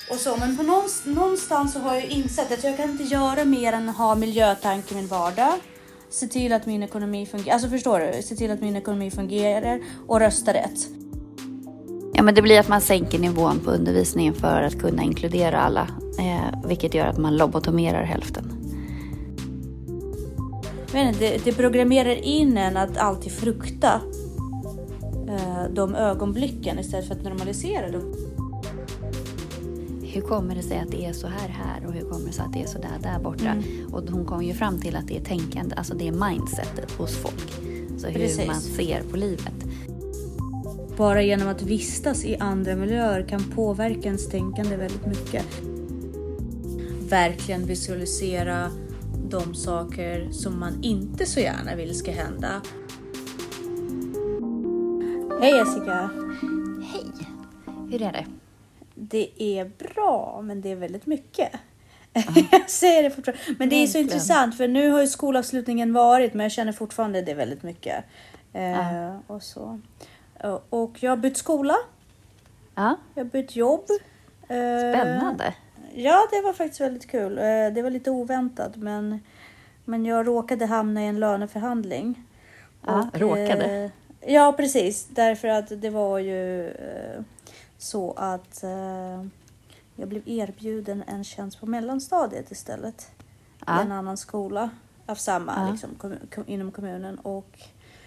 Och så, men på någonstans så har jag insett att jag kan inte göra mer än ha miljötanke i min vardag. Se till att min ekonomi fungerar. Alltså förstår du? Se till att min ekonomi fungerar och rösta rätt. Ja, men det blir att man sänker nivån på undervisningen för att kunna inkludera alla. Vilket gör att man lobotomerar hälften. Men det programmerar in en att alltid frukta de ögonblicken istället för att normalisera dem. Hur kommer det sig att det är så här och hur kommer det sig att det är så där borta? Och hon kom ju fram till att det är tänkande, alltså det är mindsetet hos folk. Så hur Precis. man ser på livet. Bara genom att vistas i andra miljöer kan påverka ens tänkande väldigt mycket. Verkligen visualisera de saker som man inte så gärna vill ska hända. Hej Jessica! Hej! Hur är det? Det är bra, men det är väldigt mycket. Jag säger det fortfarande. Men det är så intressant, för nu har ju skolavslutningen varit, men jag känner fortfarande det är väldigt mycket. Och så. Och jag har bytt skola. Ja. Jag har bytt jobb. Spännande. Ja, det var faktiskt väldigt kul. Det var lite oväntat, men jag råkade hamna i en löneförhandling. Ja, råkade? Ja, precis. Därför att det var ju så att jag blev erbjuden en tjänst på mellanstadiet istället. I en annan skola av samma liksom, inom kommunen. Och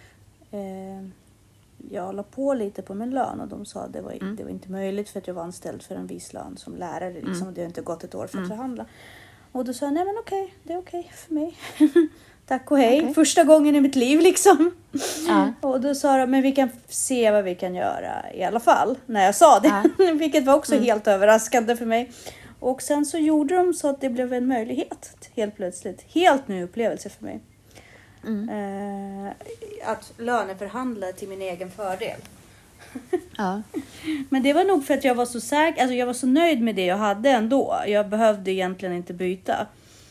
jag la på lite på min lön och de sa att det var inte möjligt för att jag var anställd för en viss lön som lärare. Liksom, och det har inte gått ett år för att förhandla. Och då sa jag, nej men okej, det är okej för mig. Tack och hej. Okay. Första gången i mitt liv liksom. Och då sa de, men vi kan se vad vi kan göra i alla fall. När jag sa det. Vilket var också helt överraskande för mig. Och sen så gjorde de så att det blev en möjlighet. Helt plötsligt. Helt ny upplevelse för mig. Att löneförhandla till min egen fördel. Men det var nog för att jag var så säker. Alltså jag var så nöjd med det jag hade ändå. Jag behövde egentligen inte byta.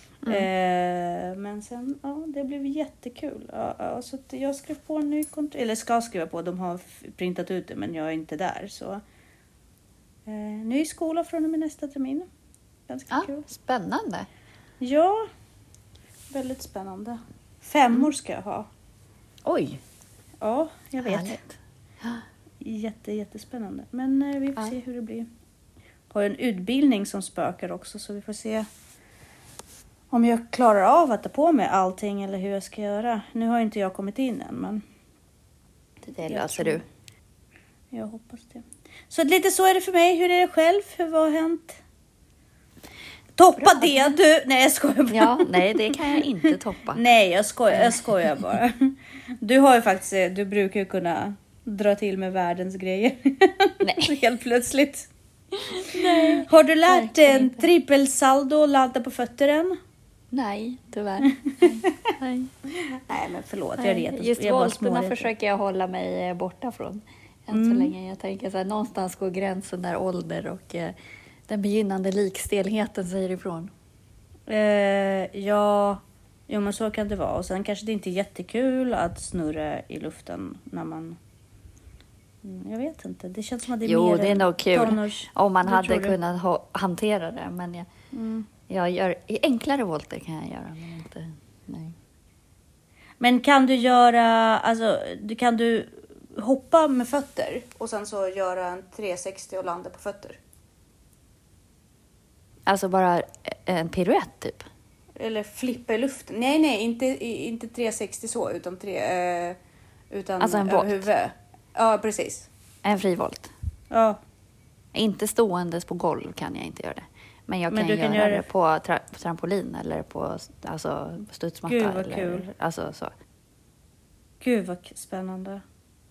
Men sen, det blev jättekul. Så att jag skrev på en ny kontrakt. Eller ska skriva på. De har printat ut det, men jag är inte där. Så ny skola från och med nästa termin. Ganska kul. Spännande. Ja, väldigt spännande. 5 år ska jag ha. Oj. Ja, jag vet. Härligt. Jättespännande. Men vi får se hur det blir. Har en utbildning som spökar också, så vi får se om jag klarar av att ta på mig allting eller hur jag ska göra. Nu har inte jag kommit in än, men det löser du. Jag hoppas det. Så lite så är det för mig. Hur är det själv? Vad har hänt? Toppa bra. Det du... Nej, jag skojar bara. Ja, nej, det kan jag inte toppa. Nej, jag skojar bara. Du har ju faktiskt... Du brukar ju kunna dra till med världens grejer. Nej. Helt plötsligt. Nej. Har du lärt dig en trippelsaldo och ladda på fötter än? Nej, tyvärr. Nej. Nej, men förlåt. Jag retar. Just volterna försöker jag hålla mig borta från. Än så länge. Jag tänker så här, någonstans går gränsen där ålder och den begynnande likstelheten säger ifrån. Ja, men så kan det vara. Och sen kanske det inte är jättekul att snurra i luften när man... Jag vet inte. Det känns som att det är mer... det är nog kul. Tonårs... Om man hade kunnat hantera det. Men jag gör enklare volter kan jag göra. Men inte... Nej. Men kan du göra... Alltså, kan du hoppa med fötter och sen så göra en 360 och landa på fötter? Alltså bara en piruett typ? Eller flippa i luften. Nej, inte 360 så, utan alltså en volt? Huvud. Ja, precis. En frivolt? Ja. Inte ståendes på golv kan jag inte göra det. Men jag kan göra det på trampolin eller på studsmatta. Gud vad eller, kul. Alltså så. Gud vad spännande.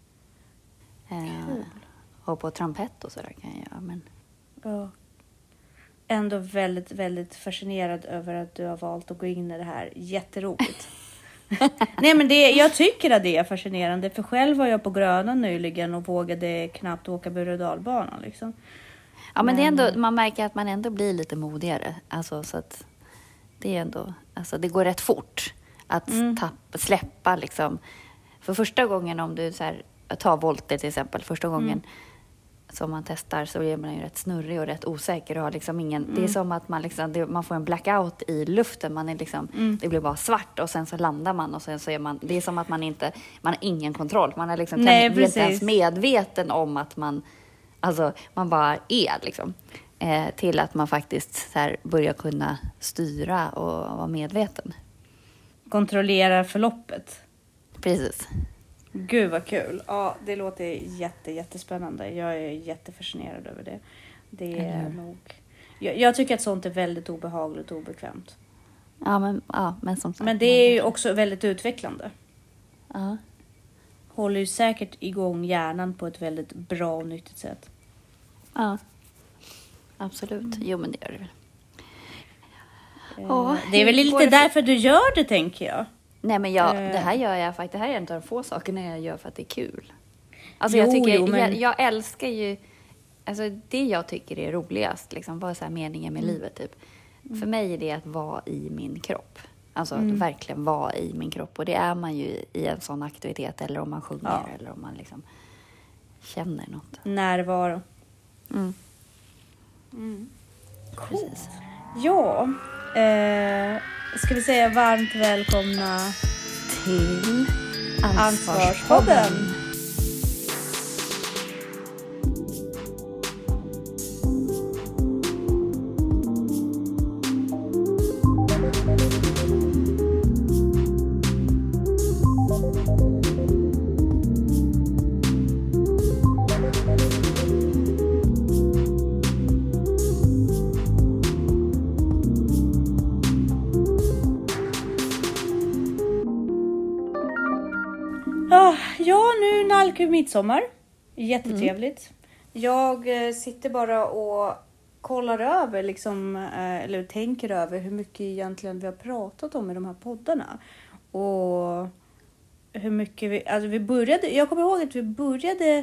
Kul. Och på trampett och sådär kan jag göra. Men... Ja. Ändå väldigt, väldigt fascinerad över att du har valt att gå in i det här. Jätteroligt. Nej, men jag tycker att det är fascinerande. För själv var jag på Grönan nyligen och vågade knappt åka berg- och dalbanan liksom. Ja, men det är ändå, man märker att man ändå blir lite modigare. Alltså, så att det är ändå, alltså det går rätt fort att släppa liksom. För första gången om du så här, tar volter till exempel, första gången som man testar så blir man ju rätt snurrig och rätt osäker och har liksom ingen, det är som att man liksom, man får en blackout i luften, man är liksom, det blir bara svart och sen så landar man och sen så är man, det är som att man har ingen kontroll, man är liksom inte ens medveten om att man bara är liksom, till att man faktiskt så här börjar kunna styra och vara medveten. Kontrollera förloppet. Precis. Gud vad kul. Ja, det låter jättespännande. Jag är jättefascinerad över det. Det är nog... Jag tycker att sånt är väldigt obehagligt och obekvämt. Men som sagt, men det är ju också väldigt utvecklande. Ja. Håller ju säkert igång hjärnan på ett väldigt bra och nyttigt sätt. Ja, absolut. Jo, men det gör det väl. Det är väl lite därför du gör det, tänker jag. Nej, men det här gör jag faktiskt. Det här är en av de få sakerna jag gör för att det är kul. Alltså jag älskar ju... Alltså det jag tycker är roligast, liksom, vad är så här meningen med livet typ. För mig är det att vara i min kropp. Alltså att verkligen vara i min kropp. Och det är man ju i en sån aktivitet, eller om man sjunger eller om man liksom känner något. Närvaro. Precis. Ja, ska vi säga varmt välkomna till Ansvarspodden. Nu nalkar midsommar. Jättetrevligt. Jag sitter bara och kollar över liksom, eller tänker över hur mycket egentligen vi har pratat om i de här poddarna. Och hur mycket vi började, jag kommer ihåg att vi började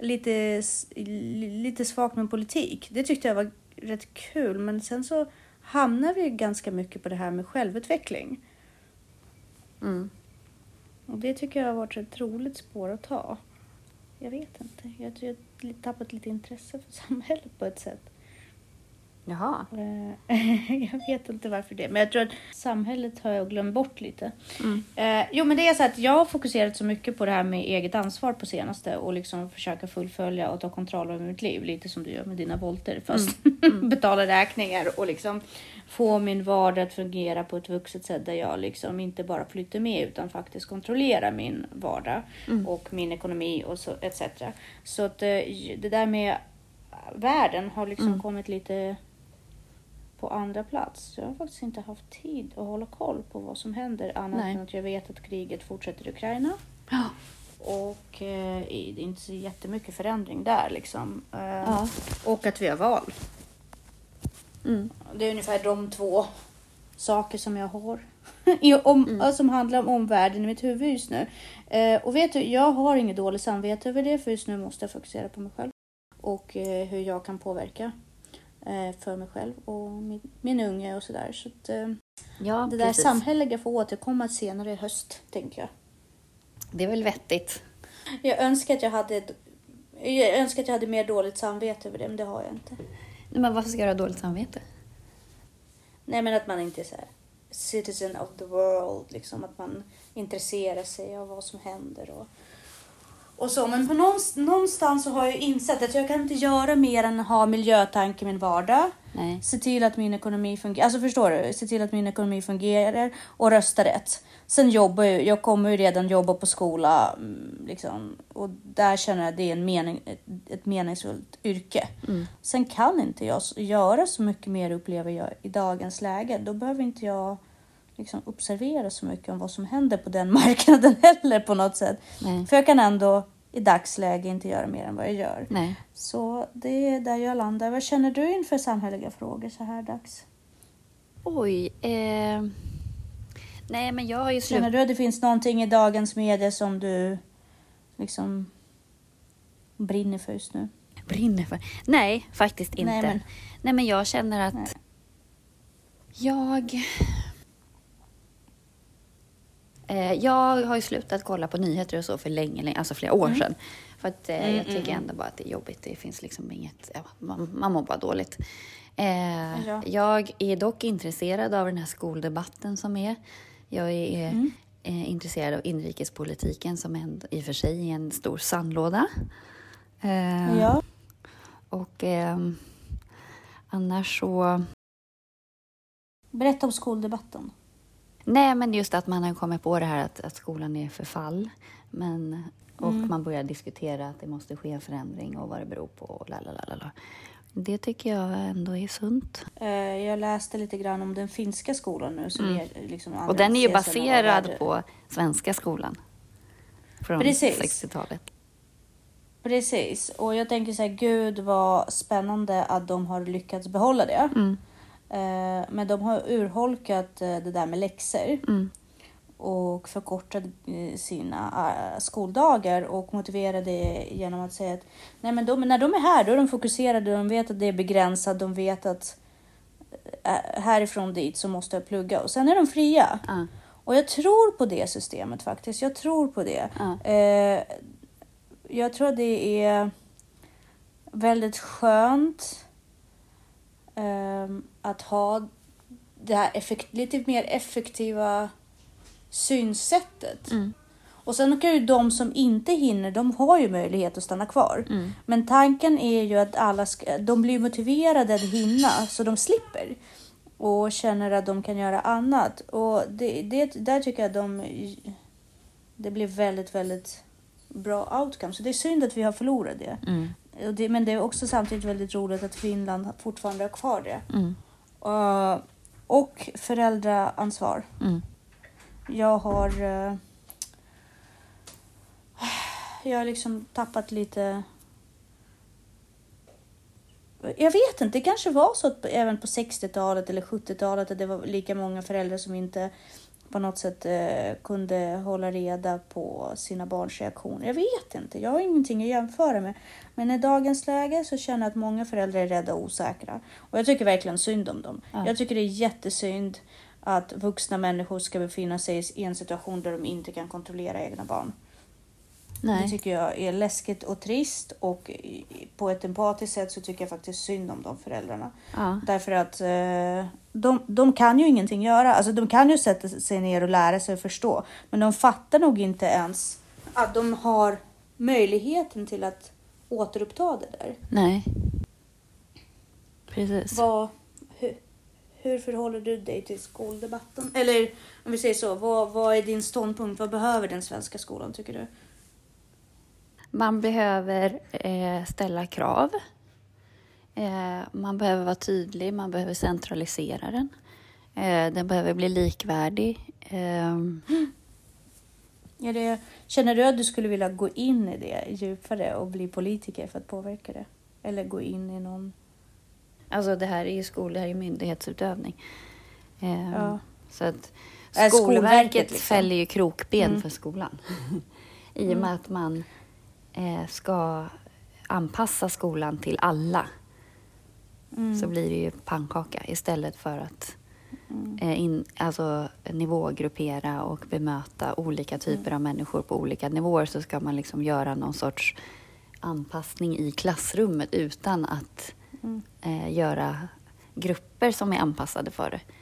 lite svagt med politik. Det tyckte jag var rätt kul, men sen så hamnar vi ganska mycket på det här med självutveckling. Och det tycker jag har varit ett roligt spår att ta. Jag vet inte. Jag tror jag har tappat lite intresse för samhället på ett sätt. Jaha. Jag vet inte varför det. Men jag tror att samhället har jag glömt bort lite. Jo, men det är så att jag har fokuserat så mycket på det här med eget ansvar på senaste. Och liksom försöka fullfölja och ta kontroll över mitt liv. Lite som du gör med dina volter. Fast betala räkningar och liksom få min vardag att fungera på ett vuxet sätt. Där jag liksom inte bara flyttar med utan faktiskt kontrollerar min vardag. Och min ekonomi och så etc. Så att det där med världen har liksom kommit lite på andra plats. Jag har faktiskt inte haft tid att hålla koll på vad som händer. Annat än att jag vet att kriget fortsätter i Ukraina. Och det är inte så jättemycket förändring där liksom. Och att vi har val. Det är ungefär de två saker som jag har. Som handlar om omvärlden i mitt huvud just nu. Och vet du, jag har inget dåligt samvete över det. För just nu måste jag fokusera på mig själv. Och hur jag kan påverka för mig själv och min unge och sådär. Så att, det där samhälleliga får återkomma senare i höst, tänker jag. Det är väl vettigt. Jag önskar att jag hade mer dåligt samvete över det, men det har jag inte. Nej, men varför ska jag ha dåligt samvete? Nej, men att man inte är så här citizen of the world, liksom. Att man intresserar sig av vad som händer och så. Men på någonstans så har jag insett att jag kan inte göra mer än ha miljötanke i min vardag. Nej. Se till att min ekonomi fungerar. Alltså förstår du? Se till att min ekonomi fungerar och rösta rätt. Sen jag kommer ju redan jobba på skola. Liksom, och där känner jag att det är ett meningsfullt yrke. Sen kan inte jag göra så mycket mer, upplever jag i dagens läge. Då behöver inte jag liksom observera så mycket om vad som händer på den marknaden heller på något sätt. Nej. För jag kan ändå i dagsläge inte göra mer än vad jag gör. Nej. Så det är där jag landar. Vad känner du inför samhälleliga frågor så här dags? Oj. Nej, men jag har ju Känner du att det finns någonting i dagens media som du liksom brinner för just nu? Brinner för? Nej, faktiskt inte. Nej, men jag känner att jag har ju slutat kolla på nyheter och så för länge, alltså flera år sedan. För att jag tycker ändå bara att det är jobbigt. Det finns liksom inget... Ja, man mår bara dåligt. Jag är dock intresserad av den här skoldebatten som är. Jag är intresserad av inrikespolitiken som i och för sig är en stor sandlåda. Ja. Och annars så... Berätta om skoldebatten. Nej, men just att man har kommit på det här att skolan är förfall. Och man börjar diskutera att det måste ske en förändring och vad det beror på. Och lalalala. Det tycker jag ändå är sunt. Jag läste lite grann om den finska skolan nu. Som är liksom och den är ju baserad på svenska skolan. Från 60-talet. Precis. Och jag tänker så här, gud vad spännande att de har lyckats behålla det. Men de har urholkat det där med läxor. Och förkortat sina skoldagar och motiverade det genom att säga att nej, men när de är här, då är de fokuserade, de vet att det är begränsat, de vet att härifrån dit så måste jag plugga och sen är de fria. Och jag tror på det systemet faktiskt, jag tror på det. Jag tror att det är väldigt skönt att ha det här lite mer effektiva synsättet. Och sen kan ju de som inte hinner, de har ju möjlighet att stanna kvar. Men tanken är ju att de blir motiverade att hinna så de slipper. Och känner att de kan göra annat. Och där tycker jag att det blir väldigt, väldigt bra outcome. Så det är synd att vi har förlorat det. Men det är också samtidigt väldigt roligt att Finland fortfarande har kvar det. Och föräldraansvar. Jag har liksom tappat lite... Jag vet inte, det kanske var så att även på 60-talet eller 70-talet att det var lika många föräldrar som inte på något sätt kunde hålla reda på sina barns reaktioner. Jag vet inte, jag har ingenting att jämföra med. Men i dagens läge så känner jag att många föräldrar är rädda och osäkra. Och jag tycker verkligen synd om dem. Jag tycker det är jättesynd att vuxna människor ska befinna sig i en situation där de inte kan kontrollera egna barn. Nej. Det tycker jag är läskigt och trist, och på ett empatiskt sätt så tycker jag faktiskt synd om de föräldrarna. Därför att de kan ju ingenting göra. Alltså de kan ju sätta sig ner och lära sig och förstå. Men de fattar nog inte ens att de har möjligheten till att återuppta det där. Nej. Precis. Hur förhåller du dig till skoldebatten? Eller om vi säger så, vad är din ståndpunkt? Vad behöver den svenska skolan, tycker du? Man behöver ställa krav. Man behöver vara tydlig. Man behöver centralisera den. Den behöver bli likvärdig. Känner du att du skulle vilja gå in i det djupare och bli politiker för att påverka det? Eller gå in i någon... Alltså det här är ju det här är myndighetsutövning. Så att Skolverket liksom fäller ju krokben för skolan. I och med att man ska anpassa skolan till alla. Så blir det ju pannkaka istället för att alltså nivågruppera och bemöta olika typer av människor på olika nivåer. Så ska man liksom göra någon sorts anpassning i klassrummet utan att göra grupper som är anpassade för det.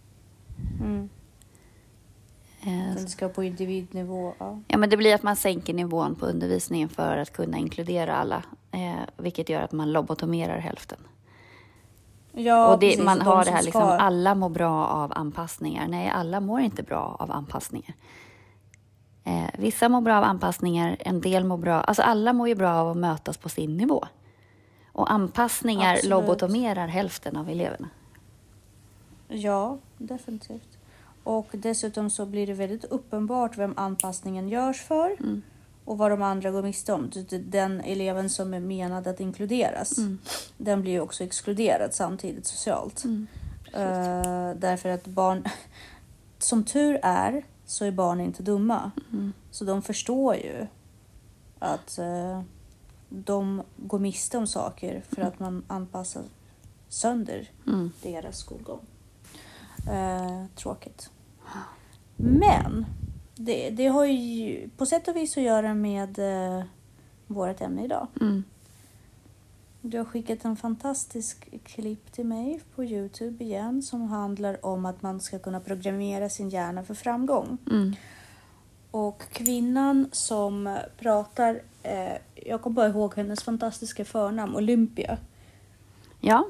Den ska på individnivå. Ja, men det blir att man sänker nivån på undervisningen för att kunna inkludera alla. Vilket gör att man lobotomerar hälften. Ja, och precis, man har det här liksom, alla mår bra av anpassningar. Nej, alla mår inte bra av anpassningar. Vissa mår bra av anpassningar, en del mår bra. Alltså alla mår ju bra av att mötas på sin nivå. Och anpassningar lobotomerar hälften av eleverna. Ja, definitivt. Och dessutom så blir det väldigt uppenbart vem anpassningen görs för. Och vad de andra går miste om. Den eleven som är menad att inkluderas. Den blir ju också exkluderad samtidigt socialt. Därför att barn... Som tur är så är barn inte dumma. Så de förstår ju att de går miste om saker för att man anpassar sönder deras skolgång. Tråkigt. Men det har ju på sätt och vis att göra med vårt ämne idag. Mm. Du har skickat en fantastisk klipp till mig på YouTube igen som handlar om att man ska kunna programmera sin hjärna för framgång. Mm. Och kvinnan som pratar, jag kommer bara ihåg hennes fantastiska förnamn, Olympia. Ja.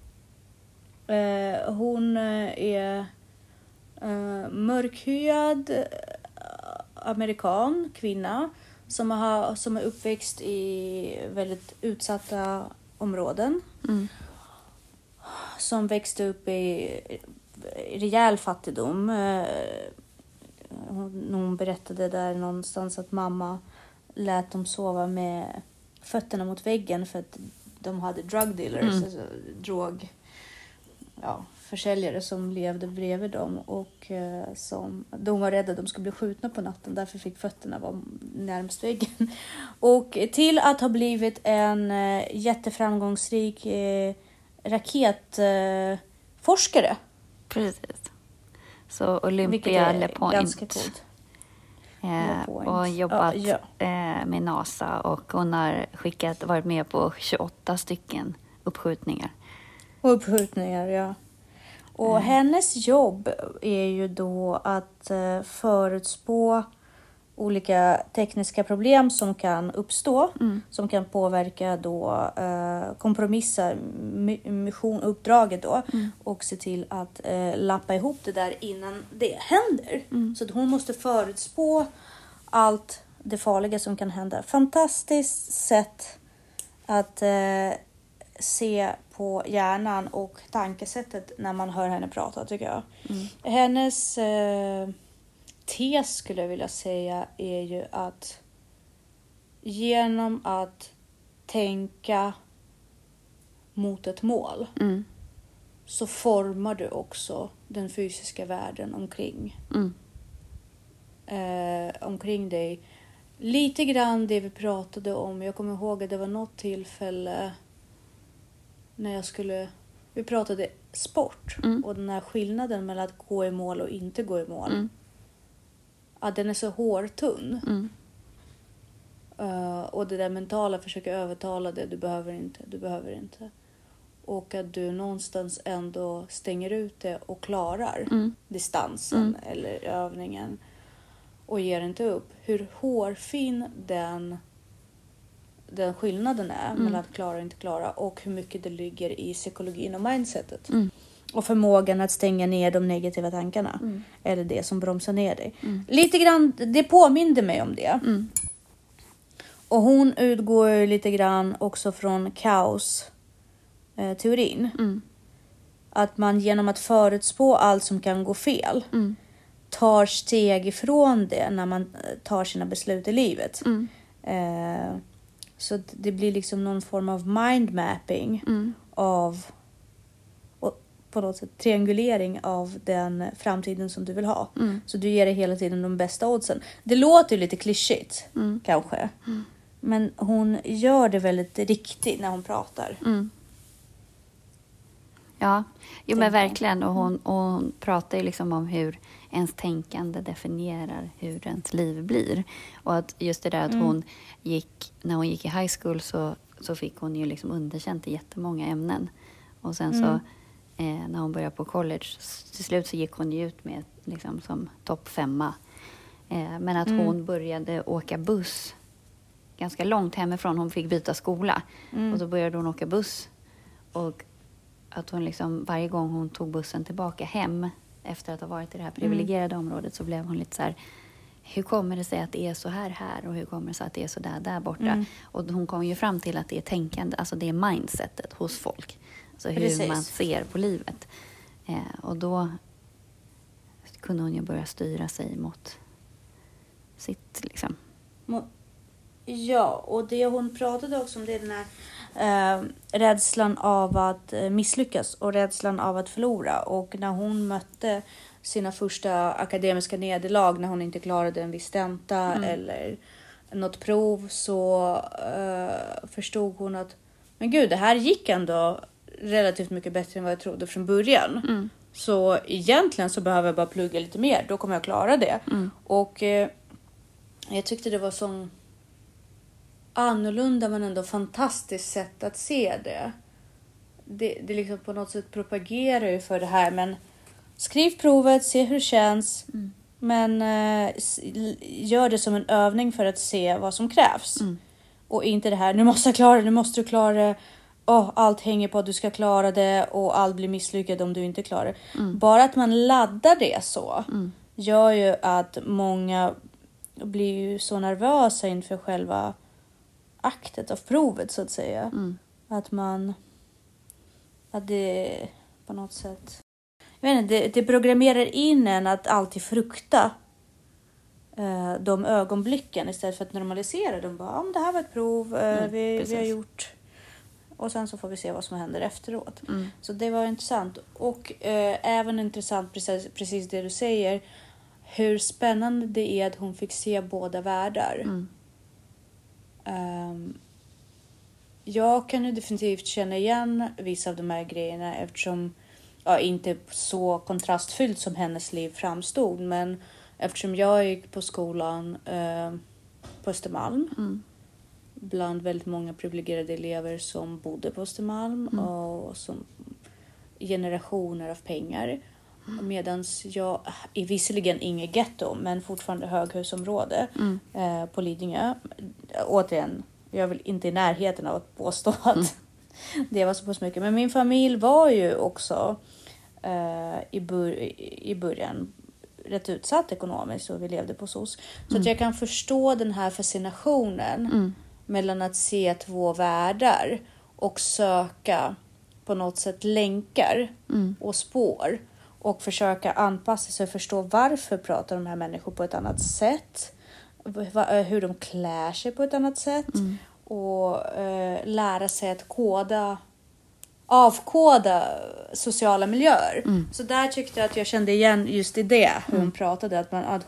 Hon är mörkhyad amerikan kvinna som är uppväxt i väldigt utsatta områden. Mm. Som växte upp i rejäl fattigdom. Hon berättade där någonstans att mamma lät dem sova med fötterna mot väggen för att de hade drug dealers, alltså försäljare som levde bredvid dem och som de var rädda att de skulle bli skjutna på natten, därför fick fötterna vara närmast väggen. Och till att ha blivit en jätteframgångsrik raketforskare. Precis. Så Olympia LePoint. Ganska coolt. Och jobbat med NASA och hon har varit med på 28 stycken uppskjutningar. Ja. Och hennes jobb är ju då att förutspå olika tekniska problem som kan uppstå. Som kan påverka då kompromissa missionuppdraget då. Och se till att lappa ihop det där innan det händer. Så att hon måste förutspå allt det farliga som kan hända. Fantastiskt sätt att se på hjärnan och tankesättet när man hör henne prata, tycker jag. Hennes tes skulle jag vilja säga är ju att genom att tänka mot ett mål så formar du också den fysiska världen omkring dig. Lite grann det vi pratade om. Jag kommer ihåg att det var något tillfälle när vi pratade sport och den här skillnaden mellan att gå i mål och inte gå i mål. Att den är så hårtunn. Och det där mentala försöker övertala det. Du behöver inte. Och att du någonstans ändå stänger ut det och klarar distansen eller övningen. Och ger inte upp. Hur hårfin den skillnaden är mellan att klara och inte klara. Och hur mycket det ligger i psykologin och mindsetet. Och förmågan att stänga ner de negativa tankarna. Eller det som bromsar ner dig. Lite grann, det påminner mig om det. Och hon utgår lite grann också från kaos-teorin. Att man genom att förutspå allt som kan gå fel. Tar steg ifrån det när man tar sina beslut i livet. Så det blir liksom någon form av mindmapping av på något sätt triangulering av den framtiden som du vill ha. Så du ger dig hela tiden de bästa oddsen. Det låter ju lite klyschigt kanske. Men hon gör det väldigt riktigt när hon pratar. Ja, men verkligen. Och hon pratar ju liksom om hur ens tänkande definierar hur ens liv blir. Och att just det där att när hon gick i high school så fick hon ju liksom underkänt i jättemånga ämnen. Och sen så när hon började på college, till slut så gick hon ju ut med liksom som topp 5. Men att hon började åka buss ganska långt hemifrån. Hon fick byta skola. Och då började hon åka buss. Och att hon liksom varje gång hon tog bussen tillbaka hem efter att ha varit i det här privilegierade området så blev hon lite så här, hur kommer det sig att det är så här och hur kommer det sig att det är så där borta? Och hon kom ju fram till att det är tänkande, alltså det är mindsetet hos folk. Alltså hur man ser på livet. Och då kunde hon ju börja styra sig mot sitt liksom. Ja, och det hon pratade också om det är den här rädslan av att misslyckas och rädslan av att förlora. Och när hon mötte sina första akademiska nederlag, när hon inte klarade en viss tenta eller något prov, så förstod hon att men gud, det här gick ändå relativt mycket bättre än vad jag trodde från början. Så egentligen så behöver jag bara plugga lite mer, då kommer jag klara det. Och jag tyckte det var sån annorlunda men ändå fantastiskt sätt att se det. Det liksom på något sätt propagerar ju för det här, men skriv provet, se hur det känns. Men gör det som en övning för att se vad som krävs. Och inte det här, nu måste jag klara det, nu måste du klara det. Allt hänger på att du ska klara det och allt blir misslyckat om du inte klarar det. Bara att man laddar det så gör ju att många blir ju så nervösa inför själva aktet av provet så att säga. Att det på något sätt, jag vet inte, det programmerar in en att alltid frukta de ögonblicken istället för att normalisera dem. Bara, det här var ett prov, vi har gjort, och sen så får vi se vad som händer efteråt. Så det var intressant. Och även intressant precis det du säger, hur spännande det är att hon fick se båda världar. Jag kan ju definitivt känna igen vissa av de här grejerna eftersom inte så kontrastfyllt som hennes liv framstod, men eftersom jag gick på skolan på Östermalm bland väldigt många privilegierade elever som bodde på Östermalm och som generationer av pengar, medan jag är visserligen inget ghetto men fortfarande höghusområde på Lidingö. Återigen, jag vill inte i närheten av att påstå att det var så pass mycket. Men min familj var ju också i början rätt utsatt ekonomiskt och vi levde på SOS. Så att jag kan förstå den här fascinationen mellan att se två världar och söka på något sätt länkar och spår och försöka anpassa sig och förstå varför pratar de här människor på ett annat sätt, hur de klär sig på ett annat sätt och lära sig att avkoda sociala miljöer. Så där tyckte jag att jag kände igen just i det hur hon pratade, att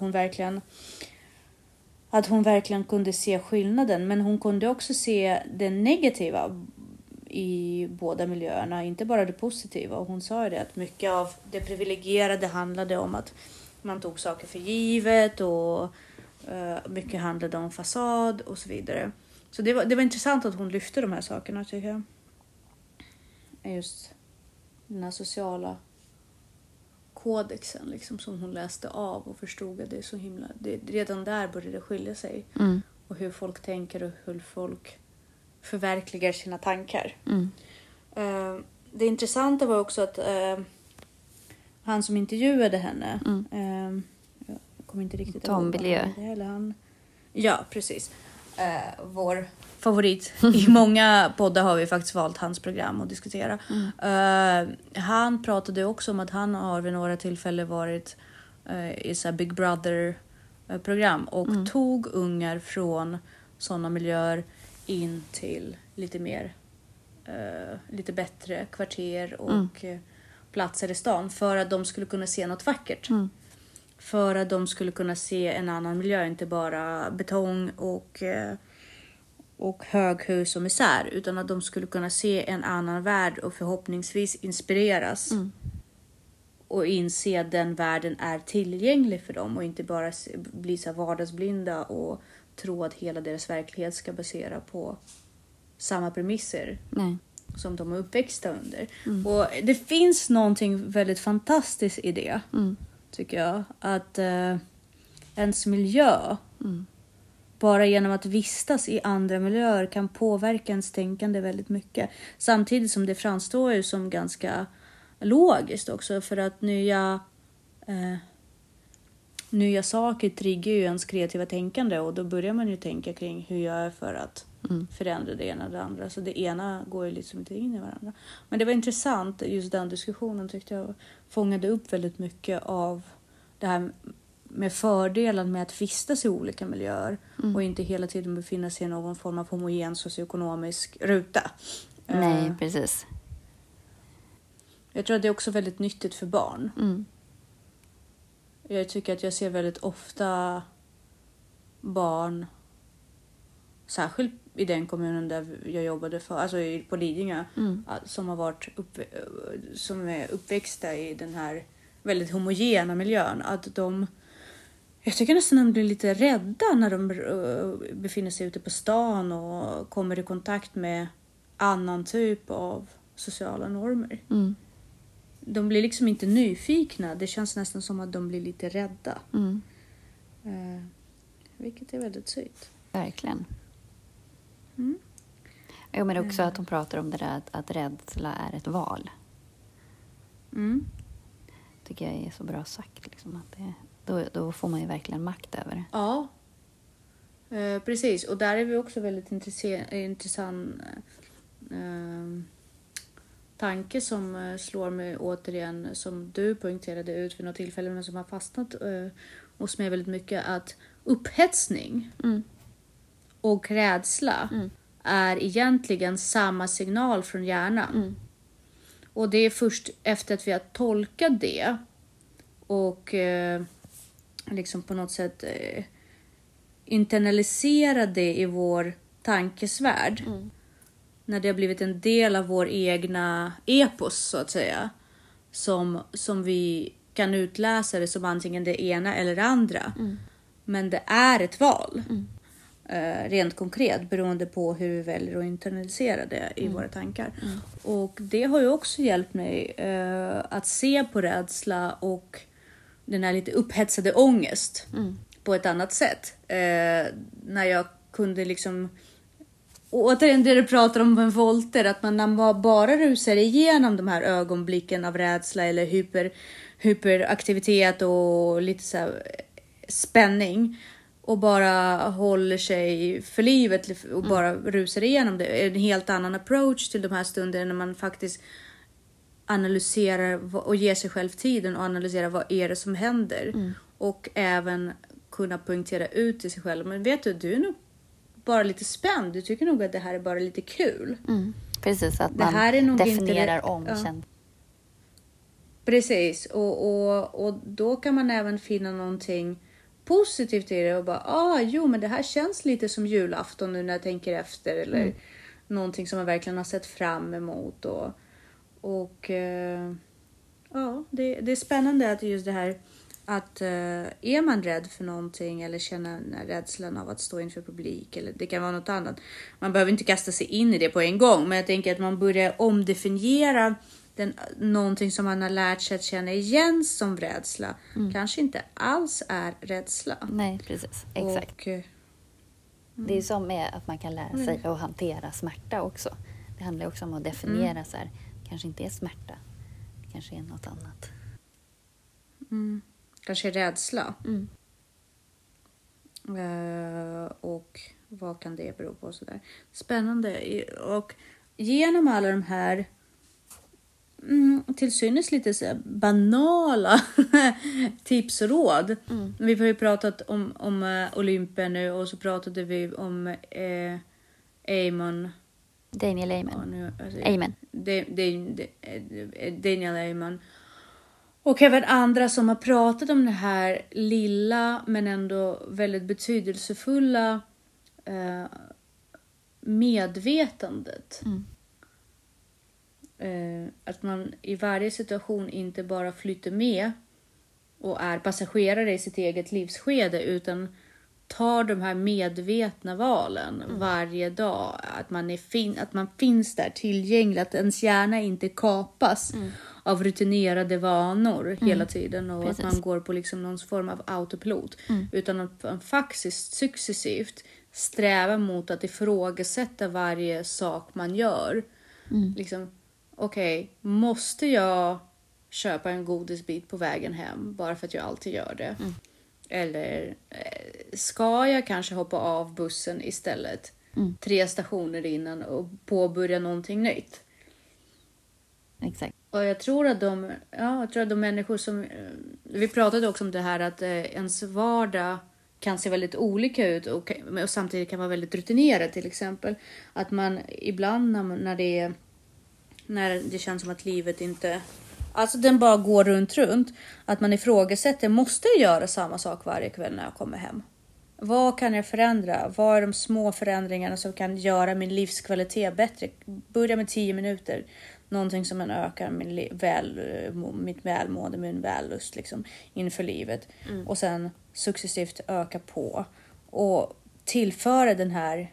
hon verkligen kunde se skillnaden, men hon kunde också se det negativa i båda miljöerna, inte bara det positiva. Och hon sa ju det, att mycket av det privilegierade handlade om att man tog saker för givet och mycket handlade om fasad och så vidare. Så det var intressant att hon lyfte de här sakerna, tycker jag. Just den här sociala kodexen liksom, som hon läste av och förstod att det är så himla, redan där började det skilja sig. Och hur folk tänker och hur folk förverkligar sina tankar. Det intressanta var också att han som intervjuade henne, jag kommer inte riktigt Tom Bilyeu. Ja, precis. Vår favorit. I många poddar har vi faktiskt valt hans program att diskutera. Han pratade också om att han har vid några tillfällen varit i så här Big Brother-program och tog ungar från sådana miljöer in till lite bättre kvarter och platser i stan för att de skulle kunna se något vackert. För att de skulle kunna se en annan miljö, inte bara betong och höghus och misär, utan att de skulle kunna se en annan värld och förhoppningsvis inspireras och inse att den världen är tillgänglig för dem och inte bara bli så vardagsblinda och tro att hela deras verklighet ska basera på samma premisser som de är uppväxta under. Och det finns någonting väldigt fantastiskt i det, tycker jag. Att ens miljö, bara genom att vistas i andra miljöer, kan påverka ens tänkande väldigt mycket. Samtidigt som det framstår ju som ganska logiskt också, för att nya saker triggar ju ens kreativa tänkande och då börjar man ju tänka kring hur jag är för att förändra det ena och det andra. Så det ena går ju liksom inte in i varandra. Men det var intressant, just den diskussionen tyckte jag fångade upp väldigt mycket av det här med fördelen med att vistas i olika miljöer och inte hela tiden befinna sig i någon form av homogen socioekonomisk ruta. Nej, precis. Jag tror att det är också väldigt nyttigt för barn. Jag tycker att jag ser väldigt ofta barn, särskilt i den kommunen där jag jobbade för, alltså på Lidingö, som har varit som är uppväxta i den här väldigt homogena miljön, att Jag tycker nästan de blir lite rädda när de befinner sig ute på stan och kommer i kontakt med annan typ av sociala normer. De blir liksom inte nyfikna. Det känns nästan som att de blir lite rädda. Vilket är väldigt synd. Verkligen. Jo, men också att hon pratar om det där att rädsla är ett val. Tycker jag är så bra sagt. Liksom, att då får man ju verkligen makt över det. Ja, precis. Och där är vi också väldigt intressant tanke som slår mig återigen, som du poängterade ut vid något tillfälle, men som har fastnat hos mig väldigt mycket, att upphetsning och rädsla är egentligen samma signal från hjärnan. Och det är först efter att vi har tolkat det och liksom på något sätt internaliserat det i vår tankesvärld. När det har blivit en del av vår egna epos, så att säga. Som vi kan utläsa det som antingen det ena eller det andra. Men det är ett val. Rent konkret, beroende på hur vi väljer att internalisera det i våra tankar. Och det har ju också hjälpt mig att se på rädsla och den här lite upphetsade ångest på ett annat sätt. När jag kunde liksom... Och återigen det du pratar om en volter, att man när man bara rusar igenom de här ögonblicken av rädsla eller hyperaktivitet och lite så här spänning och bara håller sig för livet och bara rusar igenom det, är en helt annan approach till de här stunderna när man faktiskt analyserar och ger sig själv tiden och analyserar vad är det som händer och även kunna poängtera ut till sig själv, men vet du är nog bara lite spänd. Du tycker nog att det här är bara lite kul. Precis, att det man här är nog definierar inte om känslan. Precis, och då kan man även finna någonting positivt i det och bara, men det här känns lite som julafton nu när jag tänker efter, eller någonting som man verkligen har sett fram emot och det är spännande att just det här att är man rädd för någonting eller känner rädslan av att stå inför publik, eller det kan vara något annat. Man behöver inte kasta sig in i det på en gång, men jag tänker att man börjar omdefiniera någonting som man har lärt sig att känna igen som rädsla. Kanske inte alls är rädsla. Nej, precis. Exakt. Det är som med att man kan lära sig att hantera smärta också. Det handlar också om att definiera så här, kanske inte är smärta. Det kanske är något annat. Kanske rädsla. Och vad kan det bero på? Så där. Spännande. Och genom alla de här till synes lite så banala tips och råd. Vi har ju pratat om Olympia nu, och så pratade vi om Daniel Amen. Daniel Amen. Och även andra som har pratat om det här lilla men ändå väldigt betydelsefulla medvetandet. Att man i varje situation inte bara flyter med och är passagerare i sitt eget livsskede, utan tar de här medvetna valen varje dag. Att man finns där tillgänglig, att ens hjärna inte kapas av rutinerade vanor hela tiden, och att man går på liksom någon form av autopilot, utan att man faktiskt successivt strävar mot att ifrågasätta varje sak man gör. Liksom, okej, måste jag köpa en godisbit på vägen hem bara för att jag alltid gör det? Eller ska jag kanske hoppa av bussen istället 3 stationer innan och påbörja någonting nytt? Exakt. Och jag tror att de människor som... Vi pratade också om det här att ens vardag kan se väldigt olika ut och samtidigt kan vara väldigt rutinerad, till exempel. Att man ibland när det känns som att livet inte... Alltså den bara går runt. Att man ifrågasätter, måste jag göra samma sak varje kväll när jag kommer hem? Vad kan jag förändra? Vad är de små förändringarna som kan göra min livskvalitet bättre? Börja med 10 minuter. någonting som man ökar mitt välmående, min vällust liksom, inför livet. Och sen successivt öka på. Och tillföra den här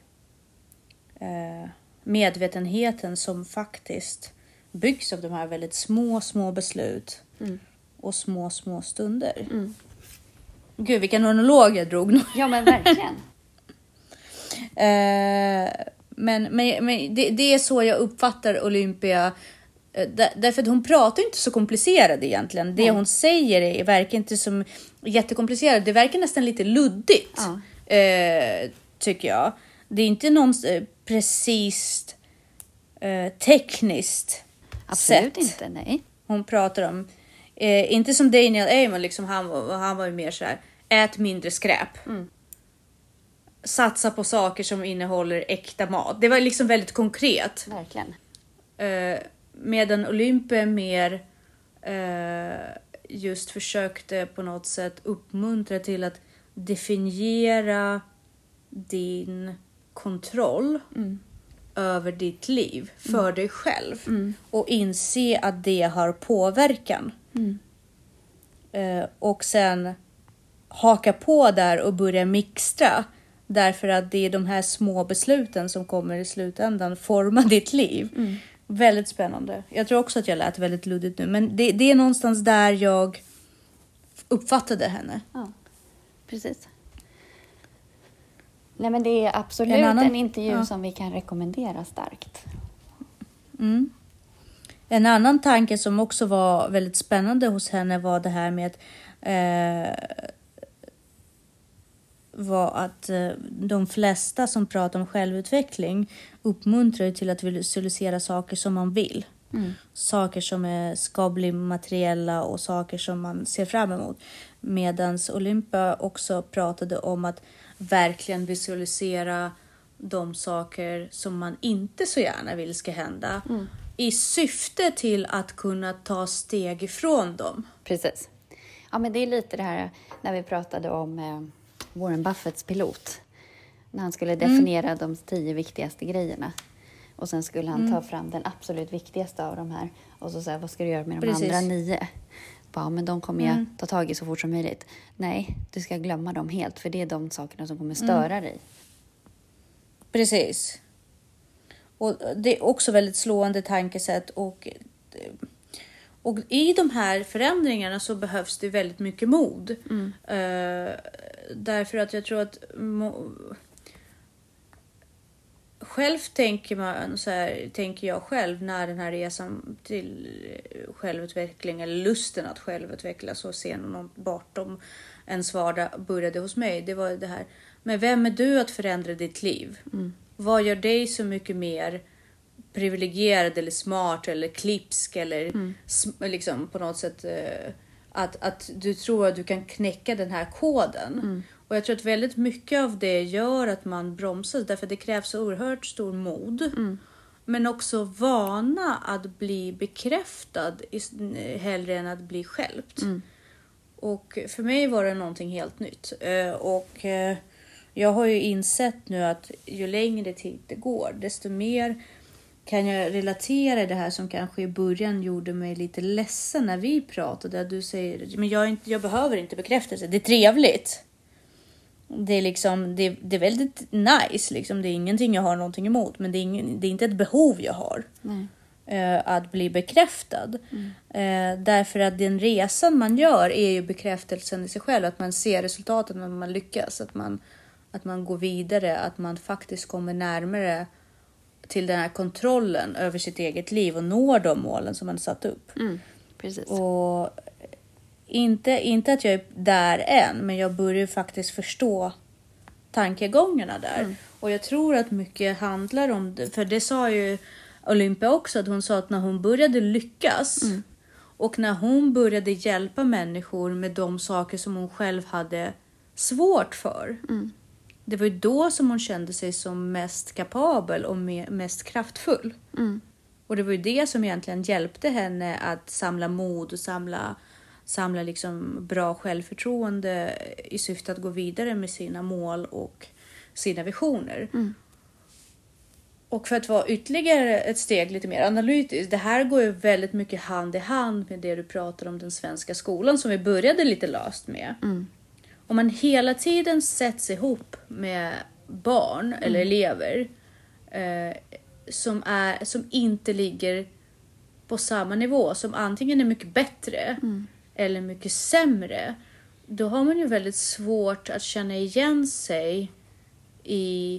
medvetenheten som faktiskt byggs av de här väldigt små beslut. Och små stunder. Gud, vilken monolog jag drog nu. Ja, men verkligen. Men det är så jag uppfattar Olympia. Därför att hon pratar inte så komplicerat egentligen. Det hon säger verkar inte som jättekomplicerat. Det verkar nästan lite luddigt. Tycker jag. Det är inte någon precis tekniskt Absolut sätt. inte, nej. Hon pratar om. Inte som Daniel Amen, liksom, han var ju mer så här: ät mindre skräp. Satsa på saker som innehåller äkta mat. Det var liksom väldigt konkret. Verkligen. Medan Olympia mer just försökte på något sätt uppmuntra till att definiera din kontroll över ditt liv för dig själv. Och inse att det har påverkan. Och sen haka på där och börja mixtra. Därför att det är de här små besluten som kommer i slutändan forma ditt liv. Väldigt spännande. Jag tror också att jag lät väldigt luddigt nu. Men det är någonstans där jag uppfattade henne. Ja, precis. Nej, men det är absolut en intervju som vi kan rekommendera starkt. En annan tanke som också var väldigt spännande hos henne var det här med att de flesta som pratar om självutveckling uppmuntrar till att visualisera saker som man vill. Saker som ska bli materiella och saker som man ser fram emot. Medans Olympia också pratade om att verkligen visualisera de saker som man inte så gärna vill ska hända. I syfte till att kunna ta steg ifrån dem. Precis. Ja, men det är lite det här när vi pratade om Warren Buffetts pilot. När han skulle definiera de 10 viktigaste grejerna. Och sen skulle han ta fram den absolut viktigaste av de här. Och så säga, vad ska du göra med de andra 9? Ja, men de kommer jag ta tag i så fort som möjligt. Nej, du ska glömma dem helt. För det är de sakerna som kommer störa dig. Precis. Och det är också väldigt slående tankesätt. Och i de här förändringarna så behövs det väldigt mycket mod. Därför att jag tror att själv tänker jag själv när den här resan till självutveckling eller lusten att självutvecklas och se något bortom ens vardag började hos mig. Det var det här, men vem är du att förändra ditt liv? Vad gör dig så mycket mer privilegierad eller smart eller klipsk eller liksom på något sätt att du tror att du kan knäcka den här koden. Och jag tror att väldigt mycket av det gör att man bromsar därför att det krävs så oerhört stor mod. Men också vana att bli bekräftad hellre än att bli stjälpt. Och för mig var det någonting helt nytt. Och jag har ju insett nu att ju längre tid det går desto mer kan jag relatera det här som kanske i början gjorde mig lite ledsen när vi pratade. Att du säger, men jag behöver inte bekräftelse. Det är trevligt. Det är liksom, det är väldigt nice. Liksom. Det är ingenting jag har någonting emot. Men det är inte ett behov jag har. Att bli bekräftad. Därför att den resan man gör är ju bekräftelsen i sig själv. Att man ser resultatet när man lyckas. Att man går vidare. Att man faktiskt kommer närmare till den här kontrollen över sitt eget liv och når de målen som man satt upp. Precis. Och inte att jag är där än, men jag börjar faktiskt förstå tankegångarna där. Och jag tror att mycket handlar om det, för det sa ju Olympia också, att hon sa att när hon började lyckas och när hon började hjälpa människor med de saker som hon själv hade svårt för. Det var ju då som hon kände sig som mest kapabel och mest kraftfull. Och det var ju det som egentligen hjälpte henne att samla mod och samla liksom bra självförtroende i syfte att gå vidare med sina mål och sina visioner. Och för att vara ytterligare ett steg lite mer analytiskt. Det här går ju väldigt mycket hand i hand med det du pratar om den svenska skolan som vi började lite löst med. Om man hela tiden sätts ihop med barn eller elever som inte ligger på samma nivå, som antingen är mycket bättre eller mycket sämre, då har man ju väldigt svårt att känna igen sig i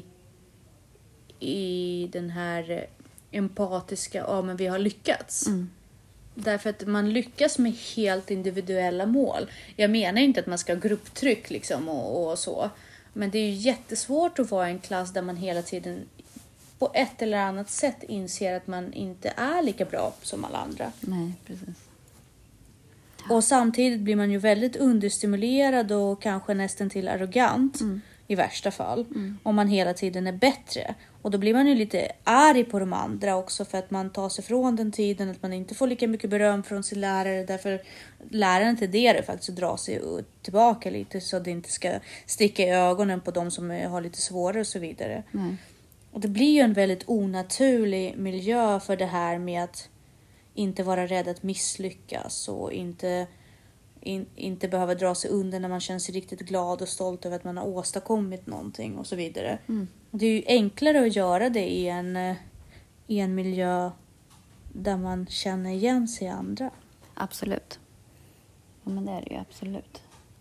den här empatiska, men vi har lyckats. Därför att man lyckas med helt individuella mål. Jag menar inte att man ska ha grupptryck liksom och så. Men det är ju jättesvårt att vara i en klass där man hela tiden på ett eller annat sätt inser att man inte är lika bra som alla andra. Nej, precis. Och samtidigt blir man ju väldigt understimulerad och kanske nästan till arrogant i värsta fall. Om man hela tiden är bättre. Och då blir man ju lite arg på de andra också för att man tar sig från den tiden. Att man inte får lika mycket beröm från sin lärare. Därför läraren tenderar faktiskt att dra sig tillbaka lite så att det inte ska sticka i ögonen på de som har lite svårare och så vidare. Och det blir ju en väldigt onaturlig miljö för det här med att inte vara rädd att misslyckas och inte behöva dra sig under när man känner sig riktigt glad och stolt över att man har åstadkommit någonting och så vidare. Det är ju enklare att göra det i en miljö där man känner igen sig i andra. Absolut. Ja, men det är det ju absolut.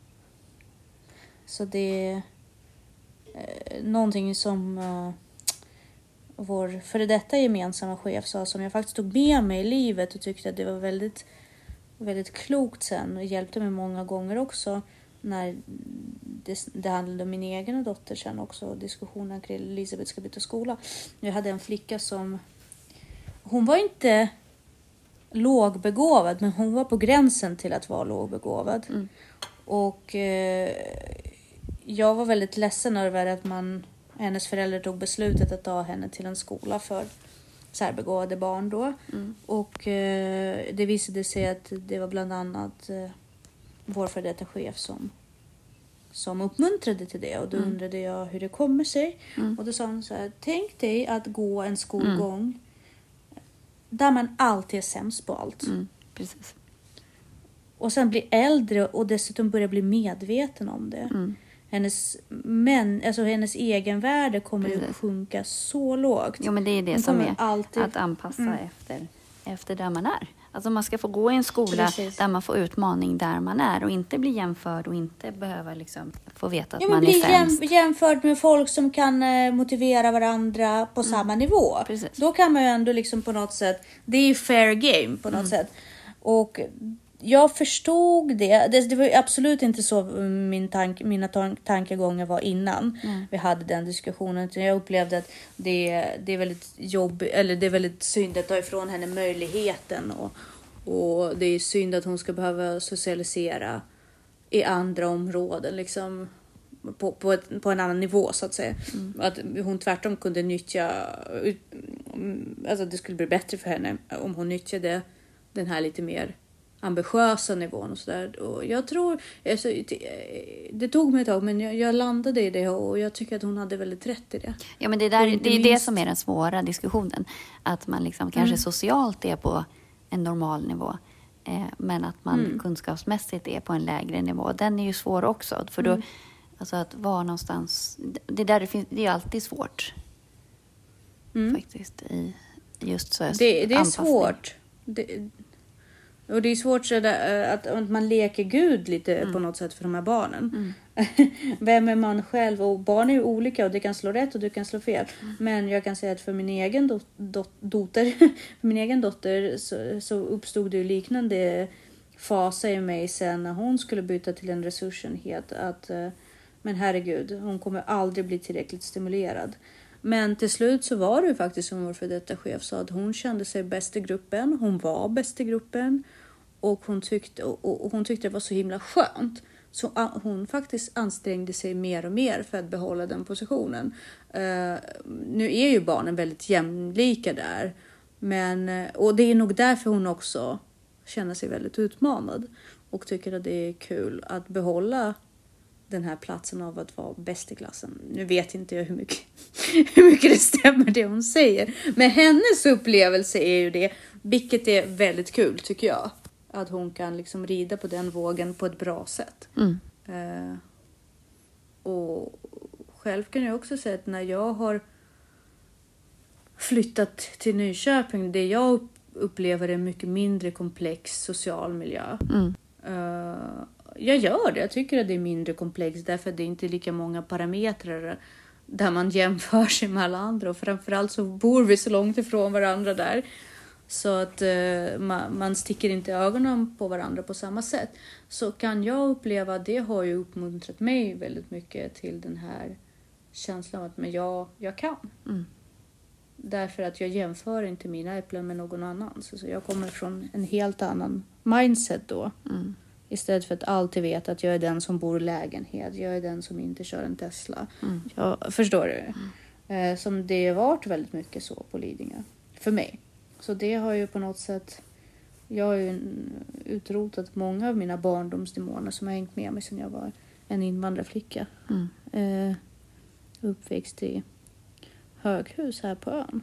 Så det är någonting som vår före detta gemensamma chef sa, som jag faktiskt tog med mig i livet och tyckte att det var väldigt, väldigt klokt sen och hjälpte mig många gånger också när det handlade om min egen dotter sen också, diskussionen kring Elisabeth ska byta skola. Jag hade en flicka som, hon var inte lågbegåvad, men hon var på gränsen till att vara lågbegåvad. Och jag var väldigt ledsen över att hennes föräldrar tog beslutet att ta henne till en skola för särbegåvade barn då. Och det visade sig att det var bland annat vår för detta chef som uppmuntrade till det. Och då undrade jag hur det kommer sig. Och då sa hon så här: tänk dig att gå en skolgång där man alltid är sämst på allt. Precis. Och sen bli äldre och dessutom börja bli medveten om det. Hennes egenvärde kommer ju att sjunka så lågt. Jo, men det är det som är att anpassa efter där man är. Alltså man ska få gå i en skola där man får utmaning där man är och inte bli jämförd och inte behöva liksom få veta att man är sämst. Bli jämförd med folk som kan motivera varandra på samma nivå. Precis. Då kan man ju ändå liksom på något sätt, det är ju fair game på något sätt. Och jag förstod det. Det var absolut inte så mina tankegångar var innan vi hade den diskussionen. Jag upplevde att det är väldigt jobbigt, eller det är väldigt synd att ta ifrån henne möjligheten. Och det är synd att hon ska behöva socialisera i andra områden. Liksom på en annan nivå så att säga. Att hon tvärtom kunde nyttja, alltså det skulle bli bättre för henne om hon nyttjade den här lite mer ambitiösa nivån och sådär. Och jag tror, alltså, det tog mig ett tag, men jag landade i det och jag tycker att hon hade väldigt rätt i det. Ja, men det är det som är den svåra diskussionen. Att man liksom kanske socialt är på en normal nivå, men att man kunskapsmässigt är på en lägre nivå. Den är ju svår också. För då, alltså att vara någonstans, det är alltid svårt. Faktiskt, i just så det är svårt. Och det är svårt så att man leker Gud lite på något sätt för de här barnen. Vem är man själv? Och barn är ju olika och det kan slå rätt och det kan slå fel. Men jag kan säga att för min egen dotter så uppstod det ju liknande faser i mig sen när hon skulle byta till en resursenhet. Men herregud, hon kommer aldrig bli tillräckligt stimulerad. Men till slut så var det ju faktiskt som vår för detta chef sa, att hon kände sig bäst i gruppen. Hon var bäst i gruppen. Och hon tyckte det var så himla skönt. Så hon faktiskt ansträngde sig mer och mer för att behålla den positionen. Nu är ju barnen väldigt jämlika där. Och det är nog därför hon också känner sig väldigt utmanad. Och tycker att det är kul att behålla den här platsen av att vara bäst i klassen. Nu vet inte jag hur mycket det stämmer det hon säger. Men hennes upplevelse är ju det, vilket är väldigt kul tycker jag. Att hon kan liksom rida på den vågen på ett bra sätt. Och själv kan jag också säga att när jag har flyttat till Nyköping, det jag upplever en mycket mindre komplex social miljö. Jag gör det. Jag tycker att det är mindre komplext därför att det är inte lika många parametrar där man jämför sig med alla andra. Och framförallt så bor vi så långt ifrån varandra där. Så att man sticker inte ögonen på varandra på samma sätt. Så kan jag uppleva att det har ju uppmuntrat mig väldigt mycket till den här känslan av att men jag kan. Därför att jag jämför inte mina äpplen med någon annan. Så jag kommer från en helt annan mindset då. Istället för att alltid veta att jag är den som bor i lägenhet. Jag är den som inte kör en Tesla. Förstår du? Som det har varit väldigt mycket så på Lidingö. För mig. Så det har ju på något sätt... Jag har ju utrotat många av mina barndomsdemoner som har hängt med mig sedan jag var en invandrarflicka. Uppväxt i höghus här på ön.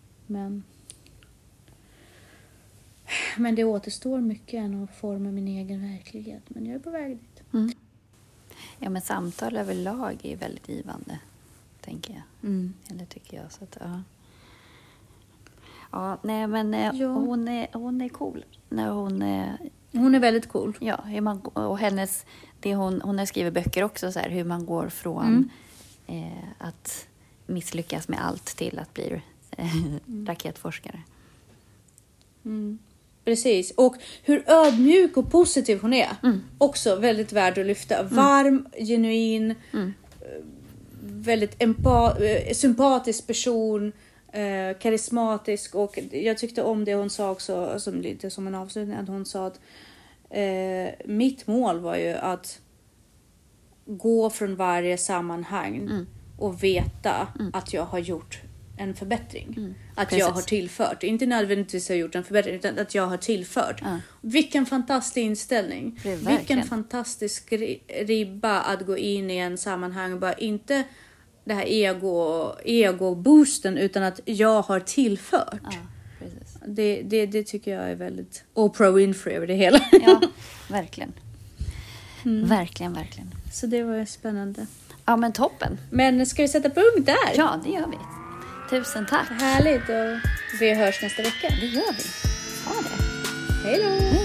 Men det återstår mycket än att forma min egen verklighet. Men jag är på väg dit. Ja, men samtal överlag är väldigt givande, tänker jag. Eller tycker jag. Så att, ja. Ja, nej, men hon är cool. När Hon är väldigt cool. Ja, och hennes... Hon har skrivit böcker också, så här, hur man går från att misslyckas med allt till att bli raketforskare. Precis. Och hur ödmjuk och positiv hon är. Också väldigt värd att lyfta. Varm, genuin, väldigt sympatisk person, karismatisk. Och jag tyckte om det hon sa också, lite som en avslutning, att hon sa att mitt mål var ju att gå från varje sammanhang och veta att jag har gjort en förbättring. Att jag har tillfört. Inte nödvändigtvis har gjort en förbättring, utan att jag har tillfört. Vilken fantastisk inställning. Vilken fantastisk ribba att gå in i en sammanhang. Bara inte det här ego-boosten, utan att jag har tillfört. Det tycker jag är väldigt Oprah Winfrey över det hela. Ja, verkligen. Verkligen. Så det var spännande. Ja, men toppen. Men ska vi sätta punkt där? Ja, det gör vi. Tusen tack. Härligt, och vi hörs nästa vecka. Det gör vi. Ha det. Hej då.